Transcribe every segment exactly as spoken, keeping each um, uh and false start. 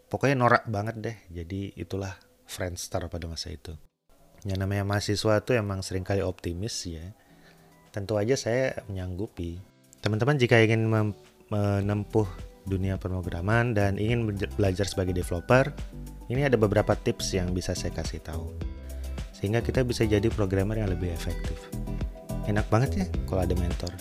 Pokoknya norak banget deh. Jadi itulah Friendster pada masa itu. Yang namanya mahasiswa tuh emang seringkali optimis ya. Tentu aja saya menyanggupi. Teman-teman jika ingin mem- menempuh dunia pemrograman dan ingin belajar sebagai developer, ini ada beberapa tips yang bisa saya kasih tahu. Sehingga kita bisa jadi programmer yang lebih efektif. Enak banget ya kalau ada mentor.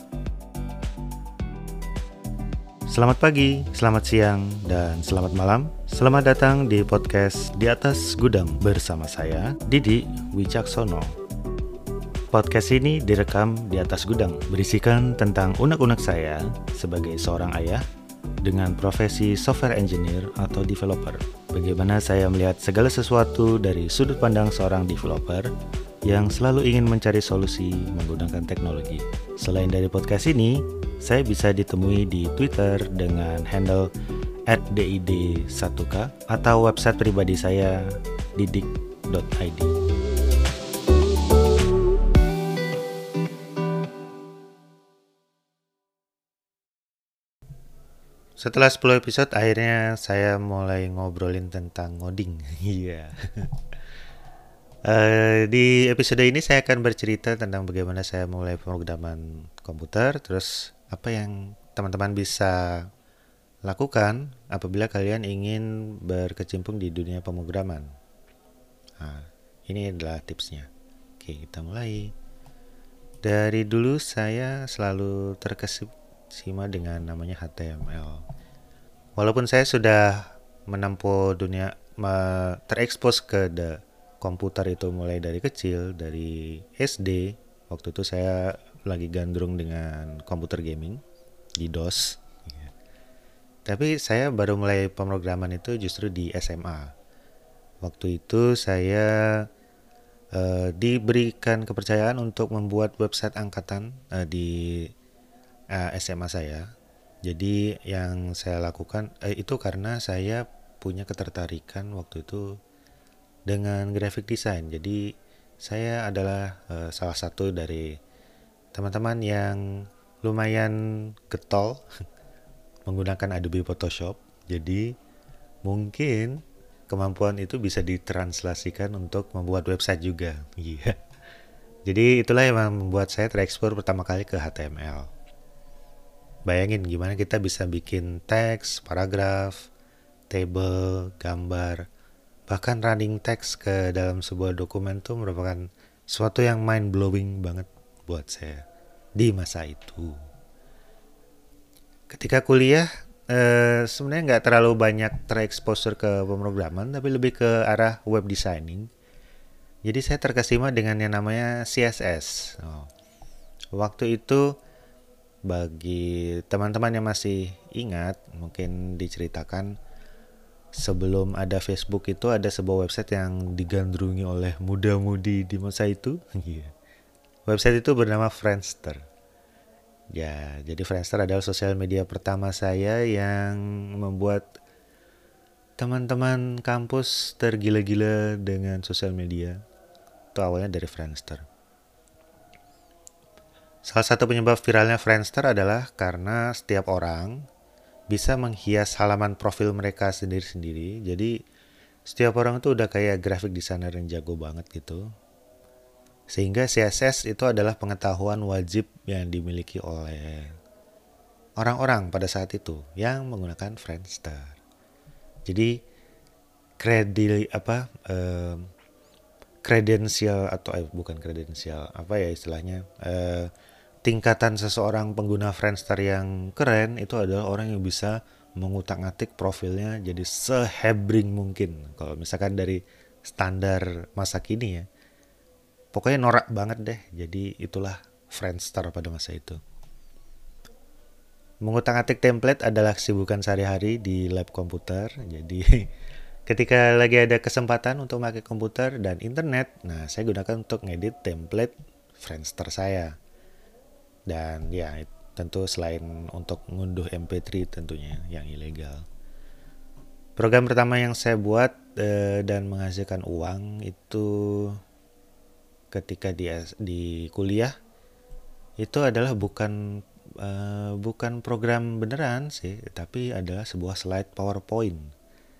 Selamat pagi, selamat siang, dan selamat malam. Selamat datang di podcast Di Atas Gudang bersama saya, Didi Wicaksono. Podcast ini direkam di atas gudang, berisikan tentang unek-unek saya sebagai seorang ayah dengan profesi software engineer atau developer. Bagaimana saya melihat segala sesuatu dari sudut pandang seorang developer yang selalu ingin mencari solusi menggunakan teknologi. Selain dari podcast ini, saya bisa ditemui di Twitter dengan handle at did satu k atau website pribadi saya didik dot i d. Setelah sepuluh episode, akhirnya saya mulai ngobrolin tentang ngoding. Iya. uh, di episode ini saya akan bercerita tentang bagaimana saya mulai pemrograman komputer, terus apa yang teman-teman bisa lakukan apabila kalian ingin berkecimpung di dunia pemrograman. Nah, ini adalah tipsnya. Oke, kita mulai. Dari dulu saya selalu terkesima dengan namanya H T M L. Walaupun saya sudah menempuh dunia, terekspos ke the komputer itu mulai dari kecil, dari S D. Waktu itu saya lagi gandrung dengan komputer gaming di DOS. Tapi saya baru mulai pemrograman itu justru di S M A. Waktu itu saya uh, diberikan kepercayaan untuk membuat website angkatan uh, di uh, S M A saya. Jadi yang saya lakukan uh, itu karena saya punya ketertarikan waktu itu dengan graphic design. Jadi saya adalah uh, salah satu dari teman-teman yang lumayan getol menggunakan Adobe Photoshop. Jadi mungkin kemampuan itu bisa ditranslasikan untuk membuat website juga. Iya. Jadi itulah yang membuat saya terekspor pertama kali ke H T M L. Bayangin gimana kita bisa bikin teks, paragraf, table, gambar, bahkan running text ke dalam sebuah dokumen tuh merupakan sesuatu yang mind blowing banget buat saya di masa itu. Ketika kuliah, eh, sebenarnya nggak terlalu banyak tereksposur ke pemrograman, tapi lebih ke arah web designing. Jadi saya terkesima dengan yang namanya C S S. Oh. Waktu itu bagi teman-teman yang masih ingat, mungkin diceritakan sebelum ada Facebook itu ada sebuah website yang digandrungi oleh muda-mudi di masa itu. Website itu bernama Friendster. Ya, jadi Friendster adalah sosial media pertama saya yang membuat teman-teman kampus tergila-gila dengan sosial media. Itu awalnya dari Friendster. Salah satu penyebab viralnya Friendster adalah karena setiap orang bisa menghias halaman profil mereka sendiri-sendiri. Jadi setiap orang tuh udah kayak graphic designer yang jago banget gitu. Sehingga C S S itu adalah pengetahuan wajib yang dimiliki oleh orang-orang pada saat itu yang menggunakan Friendster. Jadi kredil apa eh, kredensial atau eh, bukan kredensial apa ya istilahnya eh, tingkatan seseorang pengguna Friendster yang keren itu adalah orang yang bisa mengutak-atik profilnya jadi sehebring mungkin. Kalau misalkan dari standar masa kini ya, pokoknya norak banget deh. Jadi itulah Friendster pada masa itu. Mengutak-atik template adalah kesibukan sehari-hari di lab komputer. Jadi ketika lagi ada kesempatan untuk pakai komputer dan internet, nah saya gunakan untuk ngedit template Friendster saya. Dan ya tentu selain untuk ngunduh M P tiga tentunya yang ilegal. Program pertama yang saya buat eh, dan menghasilkan uang itu ketika di, di kuliah itu adalah bukan uh, bukan program beneran sih, tapi adalah sebuah slide PowerPoint.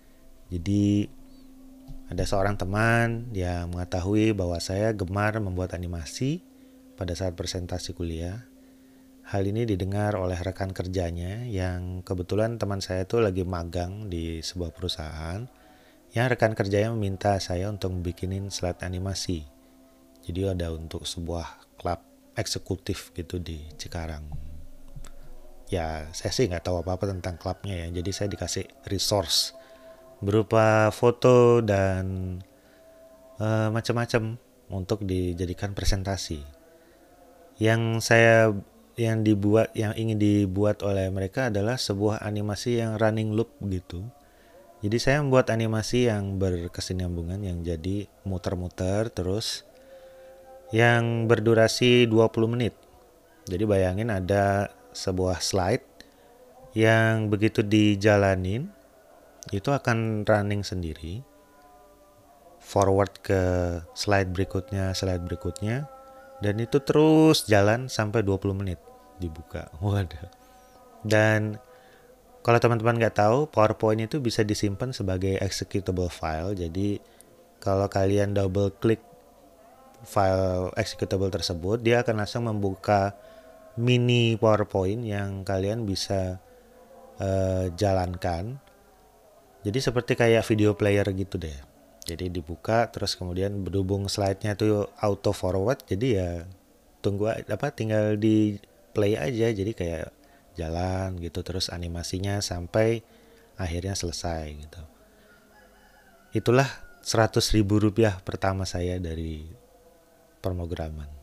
Jadi ada seorang teman yang mengetahui bahwa saya gemar membuat animasi pada saat presentasi kuliah. Hal ini didengar oleh rekan kerjanya yang kebetulan teman saya itu lagi magang di sebuah perusahaan. Yang rekan kerjanya meminta saya untuk bikinin slide animasi. Jadi ada untuk sebuah klub eksekutif gitu di Cikarang. Ya saya sih nggak tahu apa-apa tentang klubnya ya. Jadi saya dikasih resource berupa foto dan uh, macam-macam untuk dijadikan presentasi. Yang saya yang dibuat yang ingin dibuat oleh mereka adalah sebuah animasi yang running loop gitu. Jadi saya membuat animasi yang berkesinambungan yang jadi muter-muter terus yang berdurasi dua puluh menit. Jadi bayangin ada sebuah slide yang begitu dijalanin itu akan running sendiri, forward ke slide berikutnya, slide berikutnya, dan itu terus jalan sampai dua puluh menit dibuka. Waduh. Dan kalau teman-teman nggak tahu, PowerPoint itu bisa disimpan sebagai executable file. Jadi kalau kalian double klik file executable tersebut, dia akan langsung membuka mini PowerPoint yang kalian bisa uh, jalankan. Jadi seperti kayak video player gitu deh. Jadi dibuka terus kemudian berhubung slide-nya tuh auto forward, jadi ya tunggu apa tinggal di play aja. Jadi kayak jalan gitu terus animasinya sampai akhirnya selesai gitu. Itulah seratus ribu rupiah pertama saya dari pemrograman.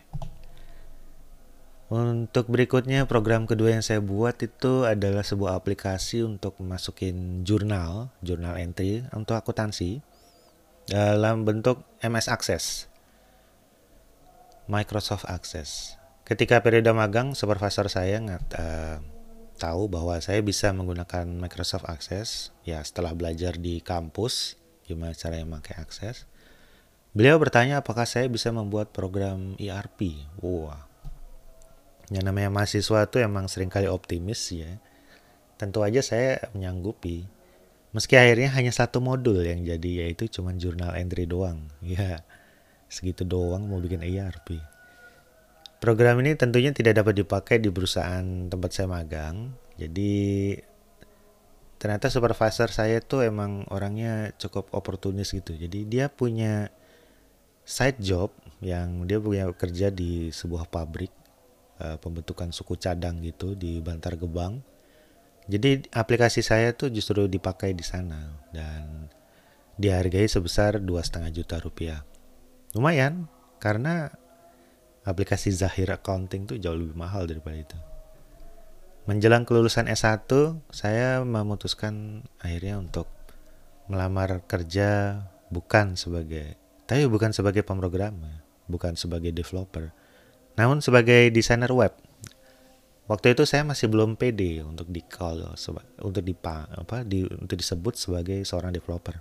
Untuk berikutnya, program kedua yang saya buat itu adalah sebuah aplikasi untuk masukin jurnal, jurnal entry untuk akuntansi dalam bentuk M S Access, Microsoft Access. Ketika periode magang, supervisor saya ngat, uh, tahu bahwa saya bisa menggunakan Microsoft Access. Ya setelah belajar di kampus gimana caranya memakai Access, beliau bertanya apakah saya bisa membuat program E R P. Wah. Yang namanya mahasiswa itu emang seringkali optimis ya. Tentu aja saya menyanggupi. Meski akhirnya hanya satu modul yang jadi, yaitu cuma jurnal entry doang. Ya, segitu doang mau bikin E R P. Program ini tentunya tidak dapat dipakai di perusahaan tempat saya magang. Jadi ternyata supervisor saya tuh emang orangnya cukup oportunis gitu. Jadi dia punya side job yang dia punya kerja di sebuah pabrik pembentukan suku cadang gitu di Bantar Gebang. Jadi aplikasi saya tuh justru dipakai di sana dan dihargai sebesar dua setengah juta rupiah. Lumayan karena aplikasi Zahir Accounting tuh jauh lebih mahal daripada itu. Menjelang kelulusan S satu, saya memutuskan akhirnya untuk melamar kerja bukan sebagai, tapi bukan sebagai pemrogramer, bukan sebagai developer, namun sebagai desainer web. Waktu itu saya masih belum pede untuk di call untuk dipa, apa di untuk disebut sebagai seorang developer.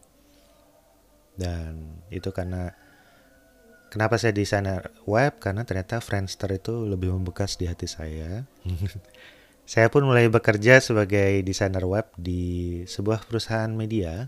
Dan itu karena kenapa saya desainer web? Karena ternyata Friendster itu lebih membekas di hati saya. Saya pun mulai bekerja sebagai desainer web di sebuah perusahaan media,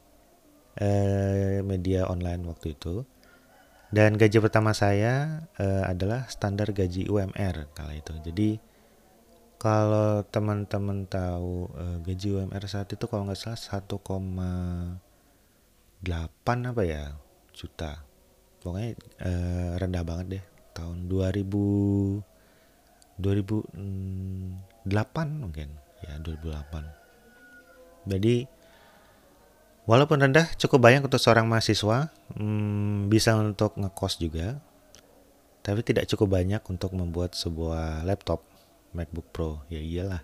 eh, media online waktu itu. Dan gaji pertama saya uh, adalah standar gaji U M R kala itu. Jadi kalau teman-teman tahu uh, gaji U M R saat itu kalau nggak salah satu koma delapan apa ya juta. Pokoknya uh, rendah banget deh. Tahun dua ribu dua ribu delapan mungkin. Ya dua ribu delapan. Jadi walaupun rendah, cukup banyak untuk seorang mahasiswa, hmm, bisa untuk ngekos juga, tapi tidak cukup banyak untuk membuat sebuah laptop MacBook Pro. Ya iyalah.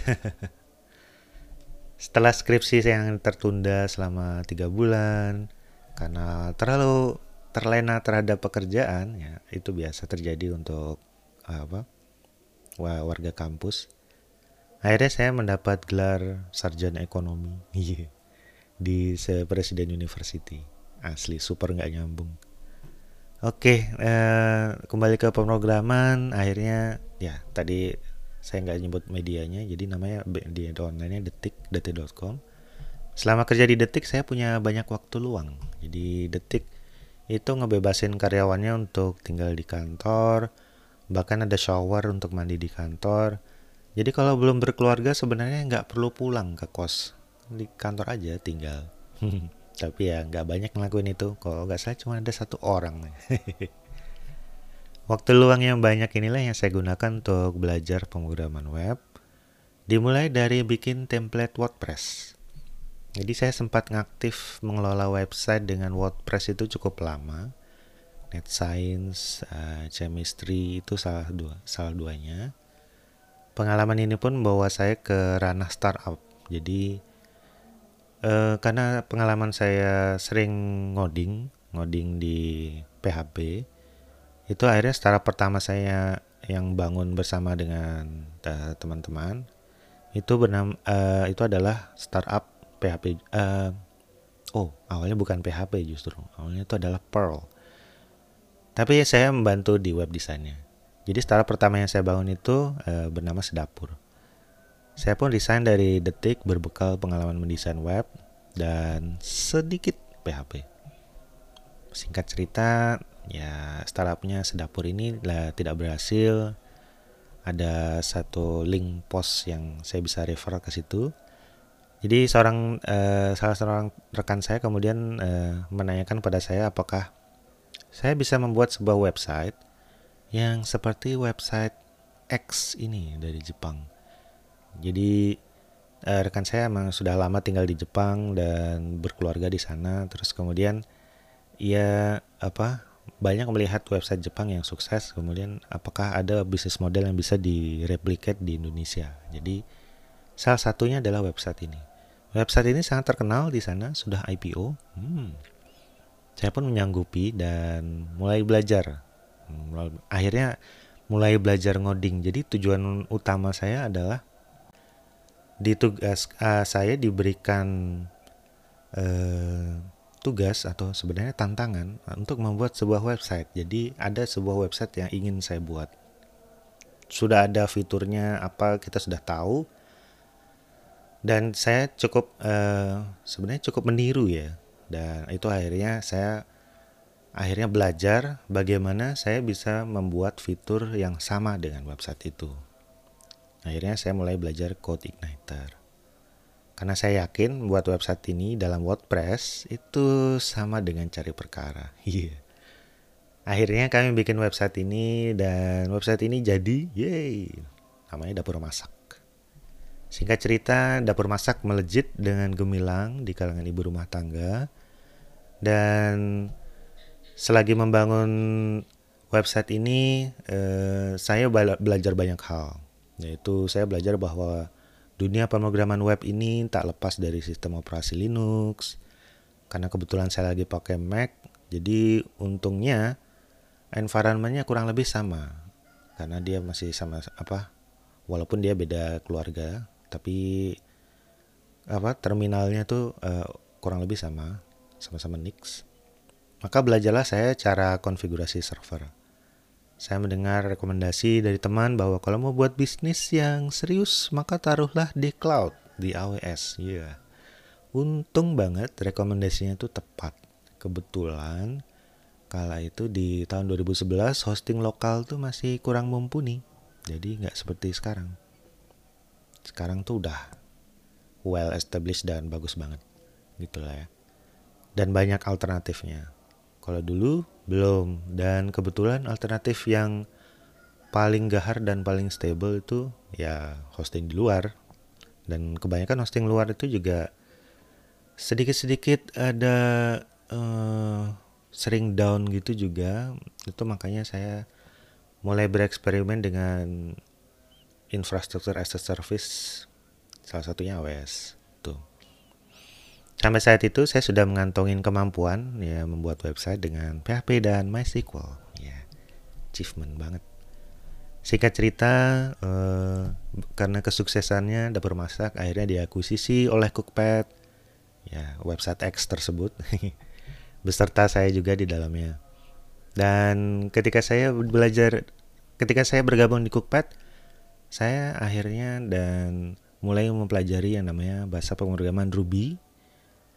Setelah skripsi yang tertunda selama tiga bulan, karena terlalu terlena terhadap pekerjaan, ya itu biasa terjadi untuk apa warga kampus. Akhirnya saya mendapat gelar sarjana ekonomi. Iya. Di Presiden University. Asli super nggak nyambung. Oke, eh, kembali ke pemrograman. Akhirnya ya tadi saya nggak nyebut medianya, jadi namanya di online-nya detik detik dot com. Selama kerja di Detik saya punya banyak waktu luang. Jadi Detik itu ngebebasin karyawannya untuk tinggal di kantor, bahkan ada shower untuk mandi di kantor. Jadi kalau belum berkeluarga sebenarnya nggak perlu pulang ke kos, di kantor aja tinggal. Tapi ya nggak banyak ngelakuin itu. Kalau nggak salah cuma ada satu orang. Waktu luang yang banyak inilah yang saya gunakan untuk belajar pemrograman web. Dimulai dari bikin template WordPress. Jadi saya sempat ngaktif mengelola website dengan WordPress itu cukup lama. NetScience, uh, Chemistry itu salah dua, salah duanya. Pengalaman ini pun membawa saya ke ranah startup. Jadi uh, karena pengalaman saya sering ngoding, ngoding di P H P, itu akhirnya startup pertama saya yang bangun bersama dengan uh, teman-teman itu bernama uh, itu adalah startup P H P. Uh, oh, awalnya bukan P H P justru, awalnya itu adalah Perl. Tapi saya membantu di web desainnya. Jadi startup pertama yang saya bangun itu uh, bernama Sedapur. Saya pun resign dari Detik berbekal pengalaman mendesain web dan sedikit P H P. Singkat cerita, ya startupnya Sedapur ini lah tidak berhasil. Ada satu link post yang saya bisa refer ke situ. Jadi seorang uh, salah seorang rekan saya kemudian uh, menanyakan pada saya apakah saya bisa membuat sebuah website yang seperti website X ini dari Jepang. Jadi uh, rekan saya memang sudah lama tinggal di Jepang dan berkeluarga di sana. Terus kemudian ia apa banyak melihat website Jepang yang sukses, kemudian apakah ada bisnis model yang bisa direplicate di Indonesia. Jadi salah satunya adalah website ini. Website ini sangat terkenal di sana, sudah I P O. Hmm. Saya pun menyanggupi dan mulai belajar. Akhirnya mulai belajar ngoding. Jadi tujuan utama saya adalah di tugas uh, saya diberikan uh, tugas atau sebenarnya tantangan untuk membuat sebuah website. Jadi ada sebuah website yang ingin saya buat. Sudah ada fiturnya apa kita sudah tahu. Dan saya cukup uh, sebenarnya cukup meniru ya. Dan itu akhirnya saya akhirnya belajar bagaimana saya bisa membuat fitur yang sama dengan website itu. Akhirnya saya mulai belajar CodeIgniter. Karena saya yakin buat website ini dalam WordPress itu sama dengan cari perkara. Iya. Yeah. Akhirnya kami bikin website ini dan website ini jadi, yeay, namanya Dapur Masak. Singkat cerita, Dapur Masak melejit dengan gemilang di kalangan ibu rumah tangga. Dan selagi membangun website ini, eh, saya belajar banyak hal. Yaitu saya belajar bahwa dunia pemrograman web ini tak lepas dari sistem operasi Linux. Karena kebetulan saya lagi pakai Mac, jadi untungnya environment-nya kurang lebih sama. Karena dia masih sama apa? Walaupun dia beda keluarga, tapi apa terminalnya tuh uh, kurang lebih sama, sama-sama Nix. Maka belajarlah saya cara konfigurasi server. Saya mendengar rekomendasi dari teman bahwa kalau mau buat bisnis yang serius, maka taruhlah di cloud, di A W S. Iya. Yeah. Untung banget rekomendasinya itu tepat. Kebetulan kala itu di tahun dua ribu sebelas hosting lokal tuh masih kurang mumpuni. Jadi nggak seperti sekarang. Sekarang tuh udah well established dan bagus banget. Gitu lah ya. Dan banyak alternatifnya. Kalau dulu belum, dan kebetulan alternatif yang paling gahar dan paling stable itu ya hosting di luar. Dan kebanyakan hosting luar itu juga sedikit-sedikit ada uh, sering down gitu juga. Itu makanya saya mulai bereksperimen dengan infrastruktur as a service, salah satunya A W S. Tuh. Sampai saat itu saya sudah mengantongin kemampuan ya membuat website dengan P H P dan MySQL. Ya, achievement banget. Singkat cerita, eh, karena kesuksesannya Dapur Masak akhirnya diakuisisi oleh Cookpad. Ya, website X tersebut. Beserta saya juga di dalamnya. Dan ketika saya belajar, ketika saya bergabung di Cookpad, saya akhirnya dan mulai mempelajari yang namanya bahasa pemrograman Ruby.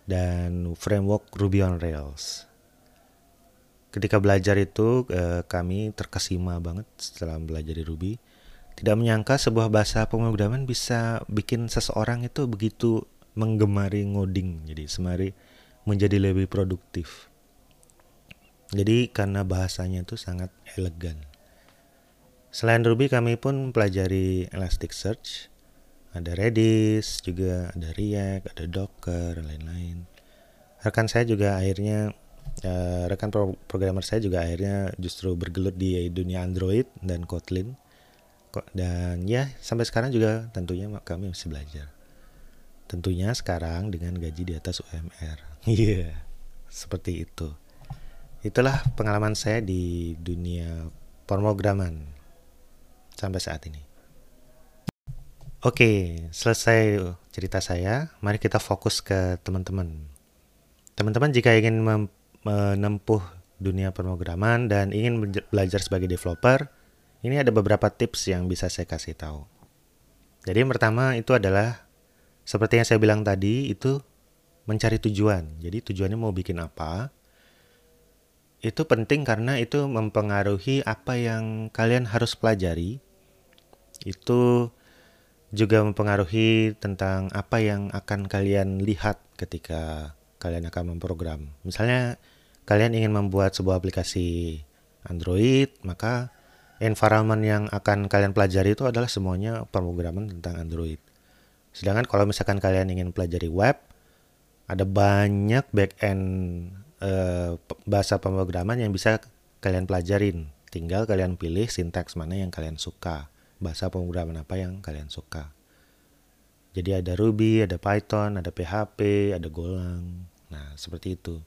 dan framework Ruby on Rails. Ketika belajar itu eh, kami terkesima banget setelah belajar di Ruby. Tidak menyangka sebuah bahasa pemrograman bisa bikin seseorang itu begitu menggemari ngoding, jadi semari menjadi lebih produktif. Jadi karena bahasanya itu sangat elegan. Selain Ruby kami pun pelajari Elasticsearch, ada Redis juga, ada React, ada Docker, dan lain-lain. Rekan saya juga akhirnya, uh, rekan pro- programmer saya juga akhirnya justru bergelut di dunia Android dan Kotlin. Dan ya sampai sekarang juga tentunya kami masih belajar. Tentunya sekarang dengan gaji di atas U M R. Iya, yeah, seperti itu. Itulah pengalaman saya di dunia pemrograman sampai saat ini. Oke, selesai cerita saya. Mari kita fokus ke teman-teman. Teman-teman jika ingin mem- menempuh dunia pemrograman dan ingin belajar sebagai developer, ini ada beberapa tips yang bisa saya kasih tahu. Jadi yang pertama itu adalah seperti yang saya bilang tadi, itu mencari tujuan. Jadi tujuannya mau bikin apa? Itu penting karena itu mempengaruhi apa yang kalian harus pelajari. Itu juga mempengaruhi tentang apa yang akan kalian lihat ketika kalian akan memprogram. Misalnya kalian ingin membuat sebuah aplikasi Android, maka environment yang akan kalian pelajari itu adalah semuanya pemrograman tentang Android. Sedangkan kalau misalkan kalian ingin pelajari web, ada banyak back-end eh, bahasa pemrograman yang bisa kalian pelajarin. Tinggal kalian pilih sintaks mana yang kalian suka, bahasa pemrograman apa yang kalian suka. Jadi ada Ruby, ada Python, ada P H P, ada Golang. Nah, seperti itu.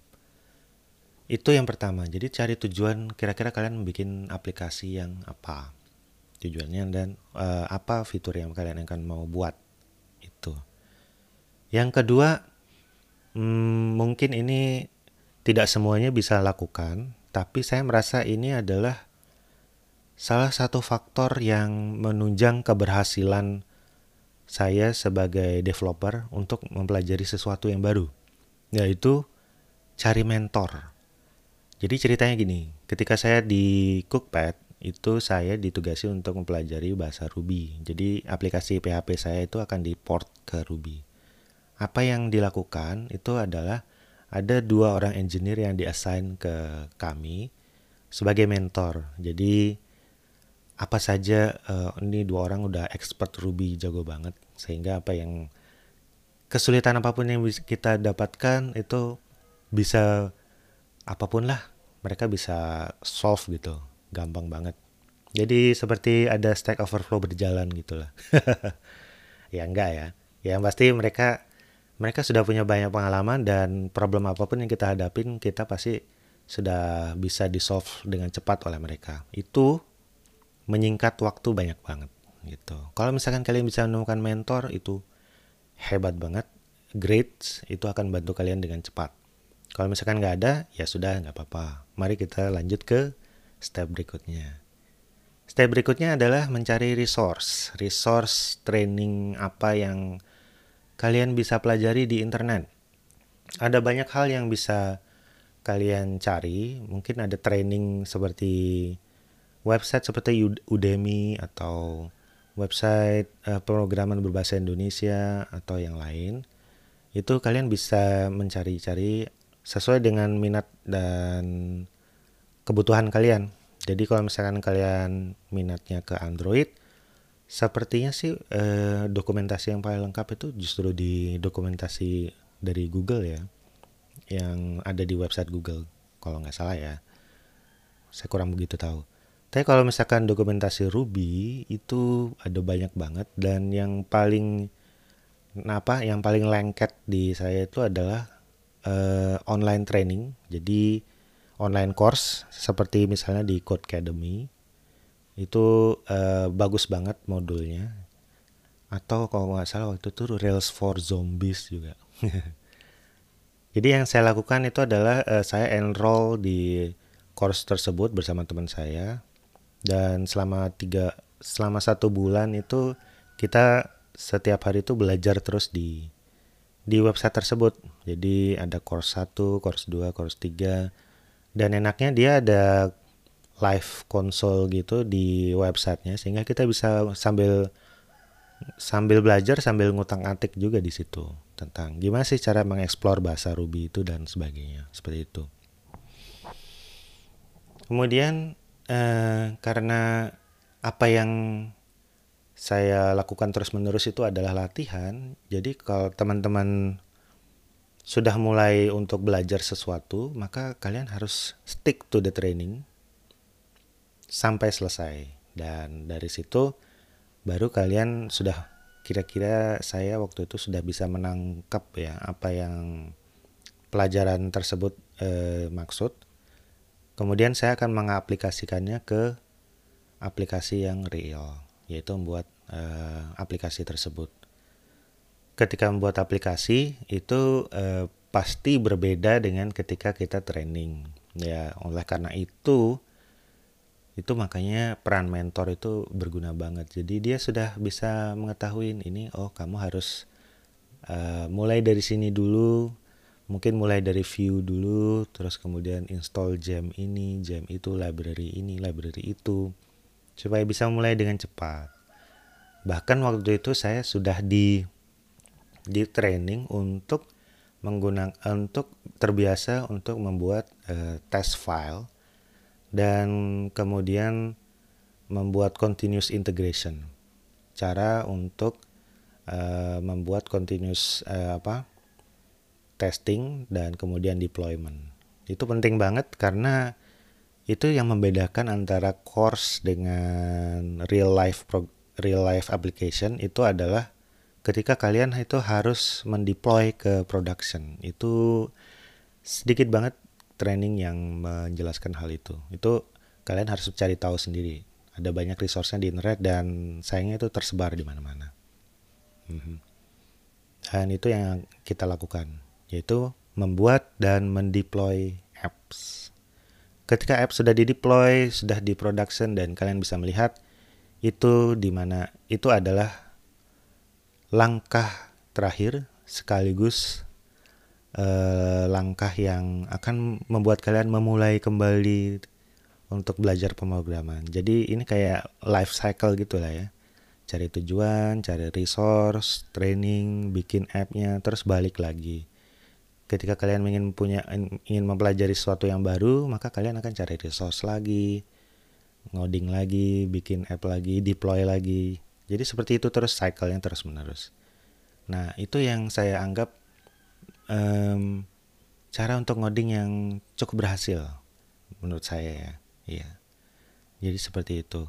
Itu yang pertama. Jadi cari tujuan kira-kira kalian bikin aplikasi yang apa tujuannya dan uh, apa fitur yang kalian akan mau buat itu. Yang kedua, hmm, mungkin ini tidak semuanya bisa lakukan, tapi saya merasa ini adalah salah satu faktor yang menunjang keberhasilan saya sebagai developer untuk mempelajari sesuatu yang baru, yaitu cari mentor. Jadi ceritanya gini, ketika saya di Cookpad, itu saya ditugasi untuk mempelajari bahasa Ruby. Jadi aplikasi P H P saya itu akan diport ke Ruby. Apa yang dilakukan itu adalah ada dua orang engineer yang diassign ke kami sebagai mentor. Jadi apa saja, uh, ini dua orang udah expert Ruby, jago banget. Sehingga apa yang kesulitan apapun yang kita dapatkan itu bisa apapun lah, mereka bisa solve gitu, gampang banget. Jadi seperti ada Stack Overflow berjalan gitulah. Ya enggak ya. Ya yang pasti mereka mereka sudah punya banyak pengalaman dan problem apapun yang kita hadapin kita pasti sudah bisa di solve dengan cepat oleh mereka. Itu menyingkat waktu banyak banget gitu. Kalau misalkan kalian bisa menemukan mentor itu hebat banget. Grades itu akan bantu kalian dengan cepat. Kalau misalkan nggak ada, ya sudah nggak apa-apa. Mari kita lanjut ke step berikutnya. Step berikutnya adalah mencari resource. Resource training apa yang kalian bisa pelajari di internet. Ada banyak hal yang bisa kalian cari. Mungkin ada training seperti website seperti Udemy atau website uh, pemrograman berbahasa Indonesia atau yang lain. Itu kalian bisa mencari-cari sesuai dengan minat dan kebutuhan kalian. Jadi kalau misalkan kalian minatnya ke Android, sepertinya sih eh, dokumentasi yang paling lengkap itu justru di dokumentasi dari Google ya, yang ada di website Google kalau nggak salah ya. Saya kurang begitu tahu. Tapi kalau misalkan dokumentasi Ruby itu ada banyak banget, dan yang paling apa, yang paling lengket di saya itu adalah Uh, online training. Jadi online course seperti misalnya di Codecademy itu uh, bagus banget modulnya. Atau kalau nggak salah waktu itu Rails for Zombies juga. Jadi yang saya lakukan itu adalah uh, saya enroll di course tersebut bersama teman saya, dan selama tiga selama satu bulan itu kita setiap hari itu belajar terus di di website tersebut. Jadi ada course satu, course dua, course tiga. Dan enaknya dia ada live console gitu di websitenya, sehingga kita bisa sambil sambil belajar sambil ngutang-atik juga di situ tentang gimana sih cara mengeksplor bahasa Ruby itu dan sebagainya, seperti itu. Kemudian eh, karena apa yang saya lakukan terus-menerus itu adalah latihan, jadi kalau teman-teman sudah mulai untuk belajar sesuatu, maka kalian harus stick to the training sampai selesai. Dan dari situ baru kalian sudah, kira-kira saya waktu itu sudah bisa menangkap ya apa yang pelajaran tersebut eh, maksud. Kemudian saya akan mengaplikasikannya ke aplikasi yang real, yaitu membuat eh, aplikasi tersebut. Ketika membuat aplikasi itu eh, pasti berbeda dengan ketika kita training. Ya, oleh karena itu itu makanya peran mentor itu berguna banget. Jadi dia sudah bisa mengetahui ini, oh kamu harus uh, mulai dari sini dulu, mungkin mulai dari view dulu, terus kemudian install gem ini, gem itu, library ini, library itu, supaya bisa mulai dengan cepat. Bahkan waktu itu saya sudah di di training untuk menggunakan untuk terbiasa untuk membuat uh, test file dan kemudian membuat continuous integration, cara untuk uh, membuat continuous uh, apa testing dan kemudian deployment. Itu penting banget karena itu yang membedakan antara course dengan real life pro, real life application itu adalah ketika kalian itu harus mendeploy ke production. Itu sedikit banget training yang menjelaskan hal itu. Itu kalian harus cari tahu sendiri. Ada banyak resource-nya di internet dan sayangnya itu tersebar di mana-mana. Mm-hmm. Dan itu yang kita lakukan, yaitu membuat dan mendeploy apps. Ketika apps sudah dideploy, sudah di production dan kalian bisa melihat itu di mana itu adalah langkah terakhir sekaligus Uh, langkah yang akan membuat kalian memulai kembali untuk belajar pemrograman. Jadi ini kayak life cycle gitu lah ya. Cari tujuan, cari resource, training, bikin app-nya, terus balik lagi. Ketika kalian ingin punya ingin mempelajari sesuatu yang baru, maka kalian akan cari resource lagi, ngoding lagi, bikin app lagi, deploy lagi. Jadi seperti itu terus cycle-nya terus menerus. Nah, itu yang saya anggap Um, cara untuk ngoding yang cukup berhasil menurut saya ya. Iya. Jadi seperti itu.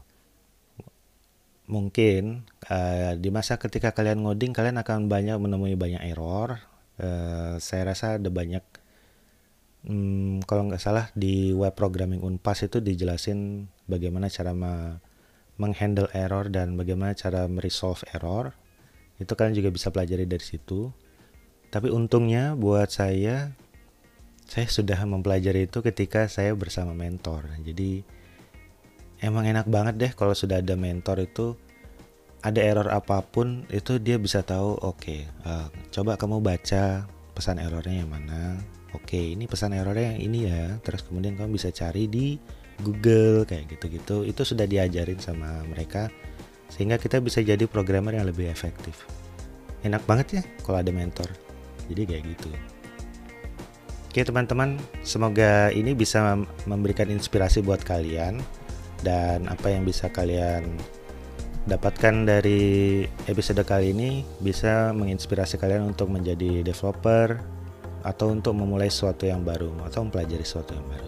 Mungkin uh, di masa ketika kalian ngoding kalian akan banyak menemui banyak error. Uh, saya rasa ada banyak um, kalau nggak salah di web programming Unpas itu dijelasin bagaimana cara ma- menghandle error dan bagaimana cara meresolve error. Itu kalian juga bisa pelajari dari situ. Tapi untungnya buat saya, saya sudah mempelajari itu ketika saya bersama mentor. Jadi emang enak banget deh kalau sudah ada mentor itu, ada error apapun itu dia bisa tahu. Oke, okay, uh, coba kamu baca pesan errornya yang mana. Oke, okay, ini pesan errornya yang ini ya. Terus kemudian kamu bisa cari di Google kayak gitu-gitu. Itu sudah diajarin sama mereka sehingga kita bisa jadi programmer yang lebih efektif. Enak banget ya kalau ada mentor. Jadi kayak gitu. Oke teman-teman, semoga ini bisa memberikan inspirasi buat kalian. Dan apa yang bisa kalian dapatkan dari episode kali ini bisa menginspirasi kalian untuk menjadi developer atau untuk memulai sesuatu yang baru atau mempelajari sesuatu yang baru.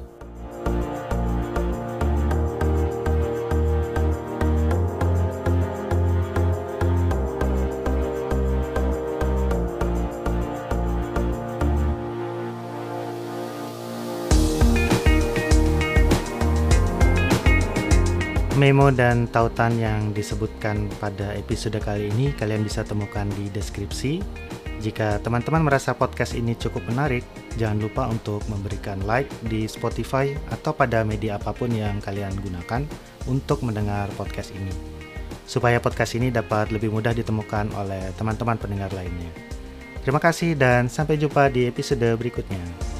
Memo dan tautan yang disebutkan pada episode kali ini kalian bisa temukan di deskripsi. Jika teman-teman merasa podcast ini cukup menarik, jangan lupa untuk memberikan like di Spotify atau pada media apapun yang kalian gunakan untuk mendengar podcast ini, supaya podcast ini dapat lebih mudah ditemukan oleh teman-teman pendengar lainnya. Terima kasih dan sampai jumpa di episode berikutnya.